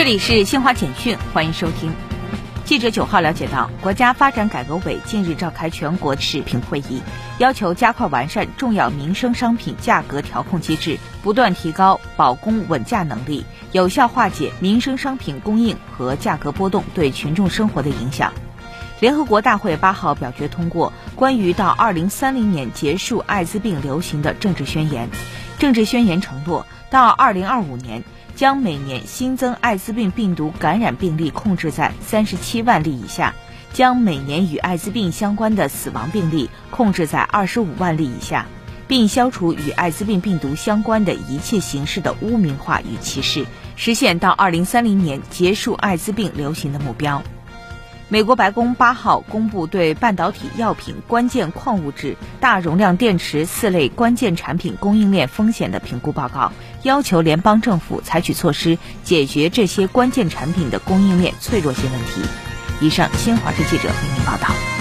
里是新华简讯，欢迎收听。记者9号了解到，国家发展改革委近日召开全国视频会议，要求加快完善重要民生商品价格调控机制，不断提高保供稳价能力，有效化解民生商品供应和价格波动对群众生活的影响。联合国大会8号表决通过关于到2030年结束艾滋病流行的政治宣言。政治宣言承诺，到2025年将每年新增艾滋病病毒感染病例控制在37万例以下，将每年与艾滋病相关的死亡病例控制在25万例以下，并消除与艾滋病病毒相关的一切形式的污名化与歧视，实现到2030年结束艾滋病流行的目标。美国白宫8号公布对半导体药品、关键矿物质、大容量电池4类关键产品供应链风险的评估报告，要求联邦政府采取措施解决这些关键产品的供应链脆弱性问题。以上，新华社记者为您报道。